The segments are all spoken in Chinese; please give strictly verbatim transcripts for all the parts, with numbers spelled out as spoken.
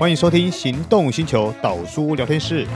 欢迎收听行动星球导书聊天室。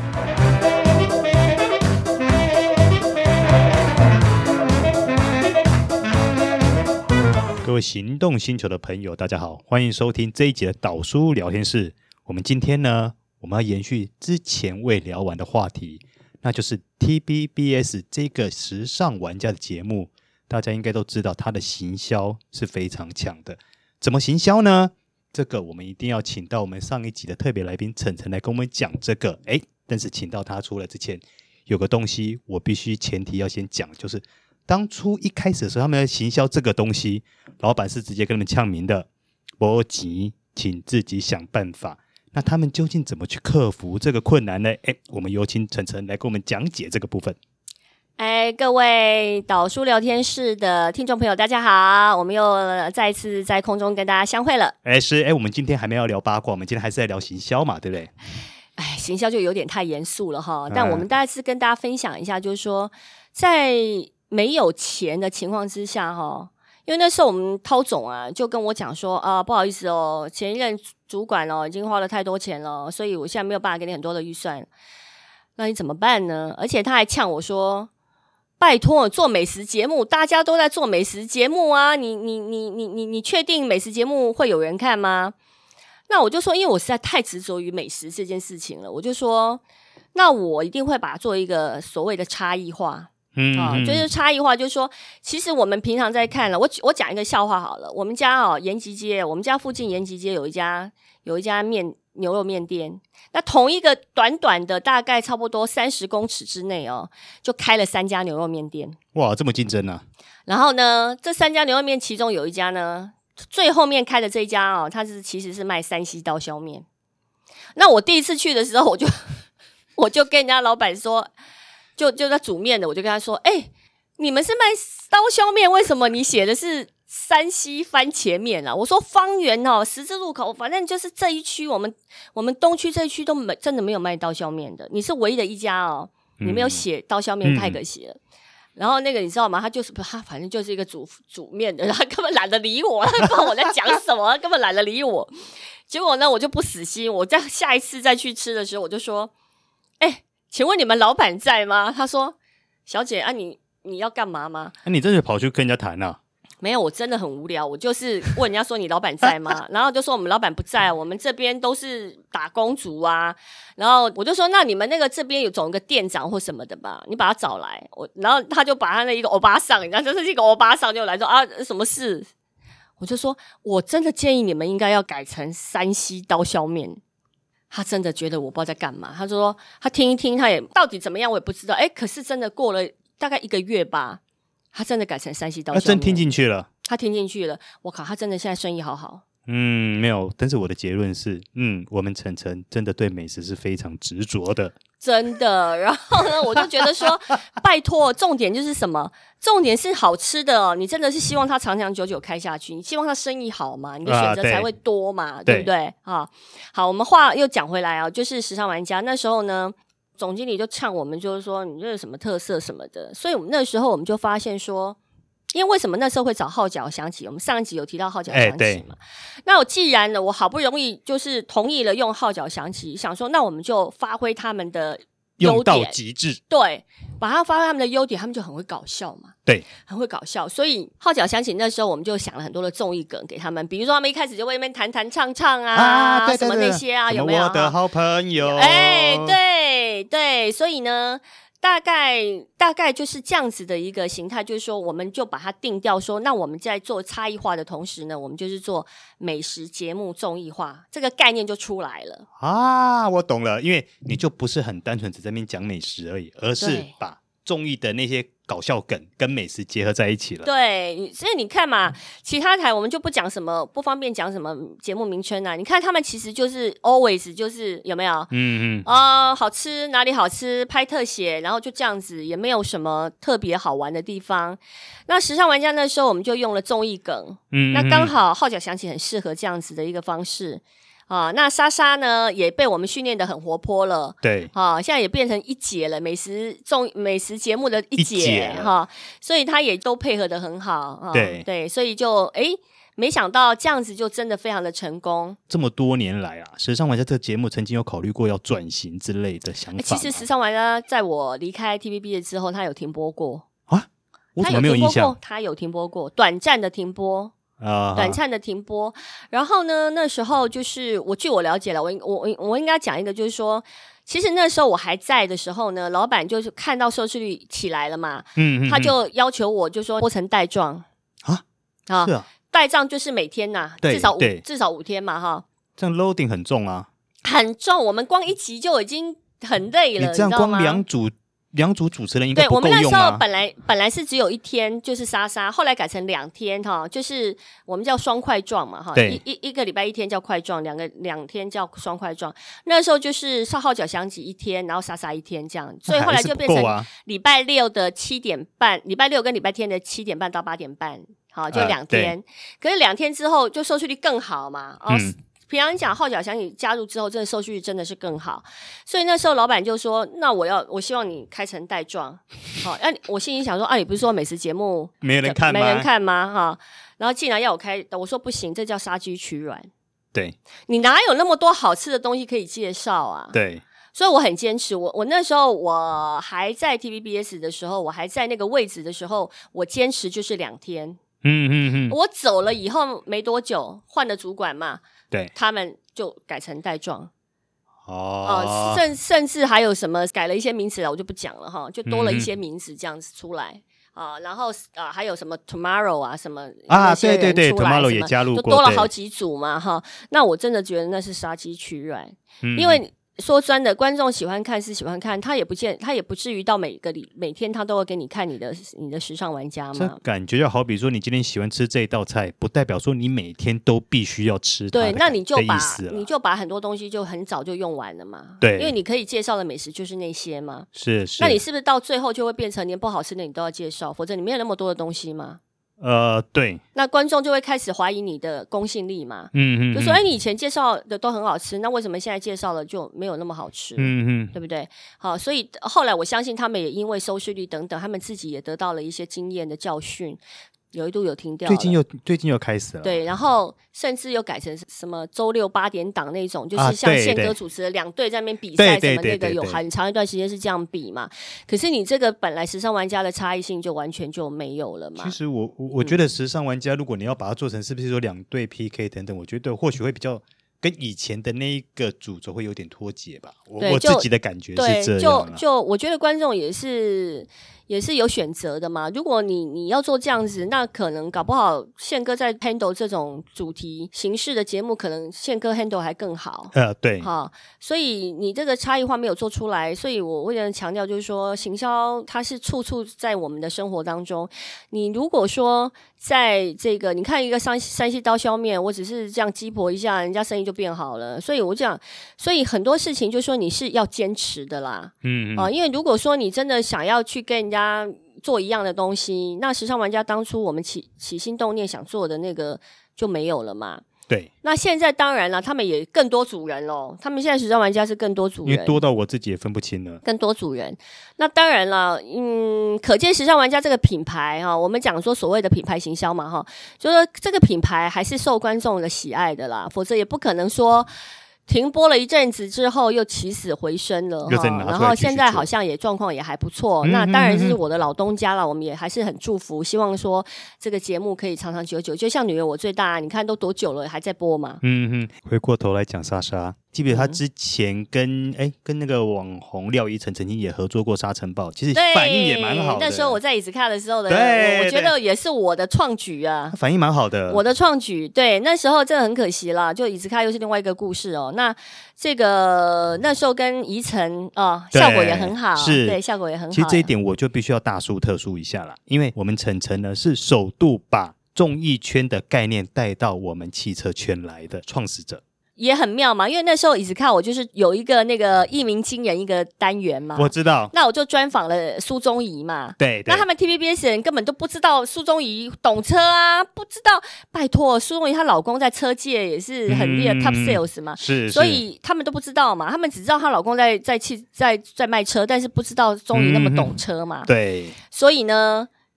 各位行动星球的朋友大家好，欢迎收听这一集的导书聊天室。我们今天呢，我们要延续之前未聊完的话题，那就是 T B B S 这个时尚玩家的节目。大家应该都知道它的行销是非常强的，怎么行销呢？这个我们一定要请到我们上一集的特别来宾晨晨来跟我们讲这个。诶，但是请到他出来之前，有个东西我必须前提要先讲，就是当初一开始的时候，他们要行销这个东西，老板是直接跟他们呛明的，没钱请自己想办法。那他们究竟怎么去克服这个困难呢？诶，我们有请晨晨来跟我们讲解这个部分。 哎，各位导书聊天室的听众朋友大家好，我们又再次在空中跟大家相会了。 哎，是哎，我们今天还没有聊八卦，我们今天还是在聊行销嘛，对不对？ 哎，行销就有点太严肃了哈，但我们大概是跟大家分享一下，就是说在没有钱的情况之下哈，因为那时候我们涛总啊就跟我讲说啊，不好意思哦，前一任主管哦已经花了太多钱了，所以我现在没有办法给你很多的预算，那你怎么办呢？而且他还呛我说，拜托，做美食节目，大家都在做美食节目啊！你你你你你你确定美食节目会有人看吗？那我就说，因为我实在太执着于美食这件事情了，我就说，那我一定会把它做一个所谓的差异化。嗯, 嗯, 嗯、啊，就是差异化，就是说，其实我们平常在看了，我我讲一个笑话好了。我们家哦，延吉街，我们家附近延吉街有一家有一家面牛肉面店。那同一个短短的大概差不多三十公尺之内哦，就开了三家牛肉面店。 哇，这么竞争啊！ 然后呢，这三家牛肉面其中有一家呢，最后面开的这一家哦，它是其实是卖山西刀削面。那我第一次去的时候，我就我就跟人家老板说，就就在煮面的，我就跟他说，哎、欸，你们是卖刀削面，为什么你写的是山西番茄面啊？我说方圆哦，十字路口，反正就是这一区，我们我们东区这一区都没真的没有卖刀削面的，你是唯一的一家哦，你没有写刀削面，太可惜了。嗯、然后那个你知道吗？他就是他反正就是一个煮煮面的，他根本懒得理我，他不知道我在讲什么，他根本懒得理我。结果呢，我就不死心，我在下一次再去吃的时候，我就说，哎、欸，请问你们老板在吗？他说，小姐啊，你你要干嘛吗？ 啊、你这是跑去跟人家谈啊？ 没有，我真的很无聊，我就是问人家说你老板在吗？然后就说我们老板不在，我们这边都是打工族啊。然后我就说那你们那个这边有总一个店长或什么的吧，你把他找来。我然后他就把他那一个欧巴桑，你知道这是一个欧巴桑就来说啊什么事？我就说我真的建议你们应该要改成山西刀削面。他真的觉得我不知道在干嘛，他说他听一听，他也到底怎么样我也不知道。哎，可是真的过了大概一个月吧。他真的改成山西刀削面， 他真听进去了。 他听进去了，我靠，他真的现在生意好好。 嗯，没有，但是我的结论是，嗯，我们晨晨真的对美食是非常执着的， 真的。然后呢，我就觉得说，拜托，重点就是什么？重点是好吃的哦。你真的是希望他长长久久开下去，你希望他生意好嘛，你的选择才会多嘛，啊、对, 对不对？啊，好，我们话又讲回来啊，就是时尚玩家那时候呢。总经理就呛我们，就是说你这是什么特色什么的，所以我们那时候我们就发现说，因为为什么那时候会找号角响起？我们上一集有提到号角响起嘛？欸、那我既然呢，我好不容易就是同意了用号角响起，想说那我们就发挥他们的优点， 用到极致， 对，把它发挥他们的优点，他们就很会搞笑嘛， 对， 很会搞笑。所以号角响起那时候，我们就想了很多的综艺梗给他们，比如说他们一开始就在那边弹弹唱唱啊， 啊对对对什么那些啊，有没有？ 我的好朋友， 哎，对对，所以呢。大概大概就是这样子的一个形态，就是说我们就把它定调说，那我们在做差异化的同时呢，我们就是做美食节目综艺化，这个概念就出来了啊。我懂了，因为你就不是很单纯只在那边讲美食而已，而是把综艺的那些搞笑梗跟美食结合在一起了。 对，所以你看嘛，其他台我们就不讲什么，不方便讲什么节目名称啊。你看他们其实就是 always 就是有没有？嗯嗯啊、呃，好吃哪里好吃，拍特写，然后就这样子，也没有什么特别好玩的地方。那时尚玩家那时候我们就用了综艺梗，嗯，那刚好号角响起，很适合这样子的一个方式。啊，那莎莎呢也被我们训练得很活泼了， 对， 啊，现在也变成一姐了，美食综美食节目的一姐哈，所以她也都配合得很好，啊、 对对，所以就诶没想到这样子就真的非常的成功。 这么多年来啊，时尚玩家这个节目曾经有考虑过要转型之类的想法吗？ 其实时尚玩家在我离开 T V B S 之后，他有停播过啊？我怎么没有印象？ 他有停播过，短暂的停播。 啊、 短暂的停播，然后呢，那时候就是我据我了解了，我我我应该讲一个，就是说，其实那时候我还在的时候呢，老板就是看到收视率起来了嘛，嗯，嗯嗯他就要求我就说播成带状啊啊，是啊， 带状就是每天呐、啊，至少五至少五天嘛，哈， 这样 loading 很重啊， 很重，我们光一集就已经很累了， 你这样光两组。两组主持人应该不够用吗？ 对，我们那时候本来本来是只有一天，就是莎莎，后来改成两天哈，就是我们叫双块状嘛哈，一一一个礼拜一天叫块状，两个两天叫双块状。那时候就是少号角响起一天，然后莎莎一天这样，所以后来就变成礼拜六的七点半，礼拜六跟礼拜天的七点半到八点半，好，就两天。呃、可是两天之后就收视率更好嘛，哦。嗯平常讲号角响起加入之后，真的收视率真的是更好，所以那时候老板就说：“那我要，我希望你开成带状。”好，那我心里想说：“啊，你不是说美食节目没人看吗？ 没人看吗？哈，然后既然要我开，我说不行，这叫杀鸡取卵。 对， 你哪有那么多好吃的东西可以介绍啊？ 对， 所以我很坚持。我我那时候我还在 T V B S 的时候，我还在那个位置的时候，我坚持就是两天。嗯嗯嗯，我走了以后没多久，换了主管嘛。 对， 他们就改成带状哦、 呃，甚甚至还有什么改了一些名词了，我就不讲了哈，就多了一些名词这样子出来啊、呃，然后啊、呃、还有什么 tomorrow 啊什么啊，对对对 ，tomorrow 也加入过， 就多了好几组嘛哈。那我真的觉得那是杀鸡取卵，嗯、因为。说真的，观众喜欢看是喜欢看，他也不见，他也不至于到每个礼每天他都会给你看你的你的时尚玩家嘛。 这感觉就好比说，你今天喜欢吃这一道菜，不代表说你每天都必须要吃它的。 对，那你就把你就把很多东西就很早就用完了嘛。 对， 因为你可以介绍的美食就是那些嘛。 是是。 那你是不是到最后就会变成连不好吃的你都要介绍？否则你没有那么多的东西嘛。 呃，对， 那观众就会开始怀疑你的公信力嘛， 嗯嗯， 就说哎，你以前介绍的都很好吃，那为什么现在介绍了就没有那么好吃？嗯嗯，对不对？好，所以后来我相信他们也因为收视率等等，他们自己也得到了一些经验的教训。有一度有停掉， 最近又最近又开始了， 对，然后甚至又改成什么周六八点档那种，就是像宪哥主持的两队在那边比赛什么那个，有很长一段时间是这样比嘛。可是你这个本来时尚玩家的差异性就完全就没有了嘛。 其实我我我觉得时尚玩家，如果你要把它做成是不是说两队 P K 等等，我觉得或许会比较。跟以前的那一个主轴会有点脱节吧，我我自己的感觉是这样、啊。 就就我觉得观众也是也是有选择的嘛。如果你你要做这样子，那可能搞不好宪哥在 handle 这种主题形式的节目，可能宪哥 handle 还更好。 呃，对， 好，所以你这个差异化没有做出来，所以我为了强调就是说，行销它是处处在我们的生活当中。你如果说在这个，你看一个山山西刀削面，我只是这样鸡婆一下，人家生意就变好了。所以我讲，所以很多事情就是说你是要坚持的啦，嗯啊、呃，因为如果说你真的想要去跟人家做一样的东西，那时尚玩家当初我们起起心动念想做的那个就没有了嘛。 对， 那现在当然了，他们也更多组人咯，他们现在时尚玩家是更多组人， 因为多到我自己也分不清了。 更多组人，那当然了，嗯，可见时尚玩家这个品牌哈，我们讲说所谓的品牌行销嘛哈，就说这个品牌还是受观众的喜爱的啦，否则也不可能说。停播了一阵子之后又起死回生了哈，然后现在好像也状况也还不错、嗯、那当然是我的老东家了，我们也还是很祝福，希望说这个节目可以长长久久，就像女儿我最大，你看都多久了还在播嘛。 嗯嗯，回过头来讲莎莎，记不记得他之前跟哎、嗯、跟那个网红廖一晨曾经也合作过沙尘暴，其实反应也蛮好的。 那时候我在椅子看的时候的，我, 我觉得也是我的创举啊， 反应蛮好的。 我的创举，对，那时候真的很可惜啦，就椅子看又是另外一个故事哦。那这个那时候跟宜晨啊，效果也很好， 是， 对，效果也很好。 其实这一点我就必须要大书特书一下啦，因为我们晨晨呢是首度把综艺圈的概念带到我们汽车圈来的创始者。 也很妙嘛，因为那时候椅子看我就是有一个那个一鸣惊人一个单元嘛， 我知道， 那我就专访了苏宗仪嘛， 对， 那他们 T V B S 人根本都不知道苏宗仪懂车啊，不知道，拜托，苏宗仪她老公在车界也是很厉害、嗯、top sales 嘛， 是， 所以他们都不知道嘛，他们只知道她老公在在汽在在卖车，但是不知道宗仪那么懂车嘛、 嗯、对， 所以呢。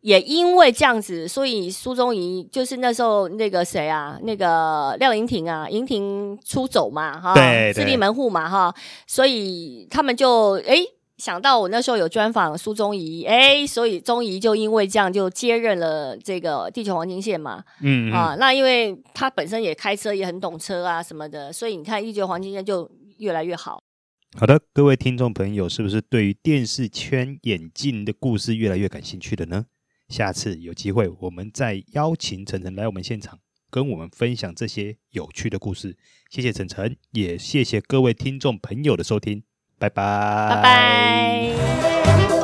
也因为这样子，所以苏宗仪就是那时候那个谁啊，那个廖莹婷啊，莹婷出走嘛，哈， 对， 自立门户嘛，哈，所以他们就哎想到我那时候有专访苏宗仪，哎，所以宗仪就因为这样就接任了这个地球黄金线嘛，嗯, 嗯啊，那因为他本身也开车也很懂车啊什么的，所以你看地球黄金线就越来越好。 好的，各位听众朋友，是不是对于电视圈演进的故事越来越感兴趣了呢？下次有机会，我们再邀请晨晨来我们现场，跟我们分享这些有趣的故事。谢谢晨晨，也谢谢各位听众朋友的收听，拜拜， 拜拜。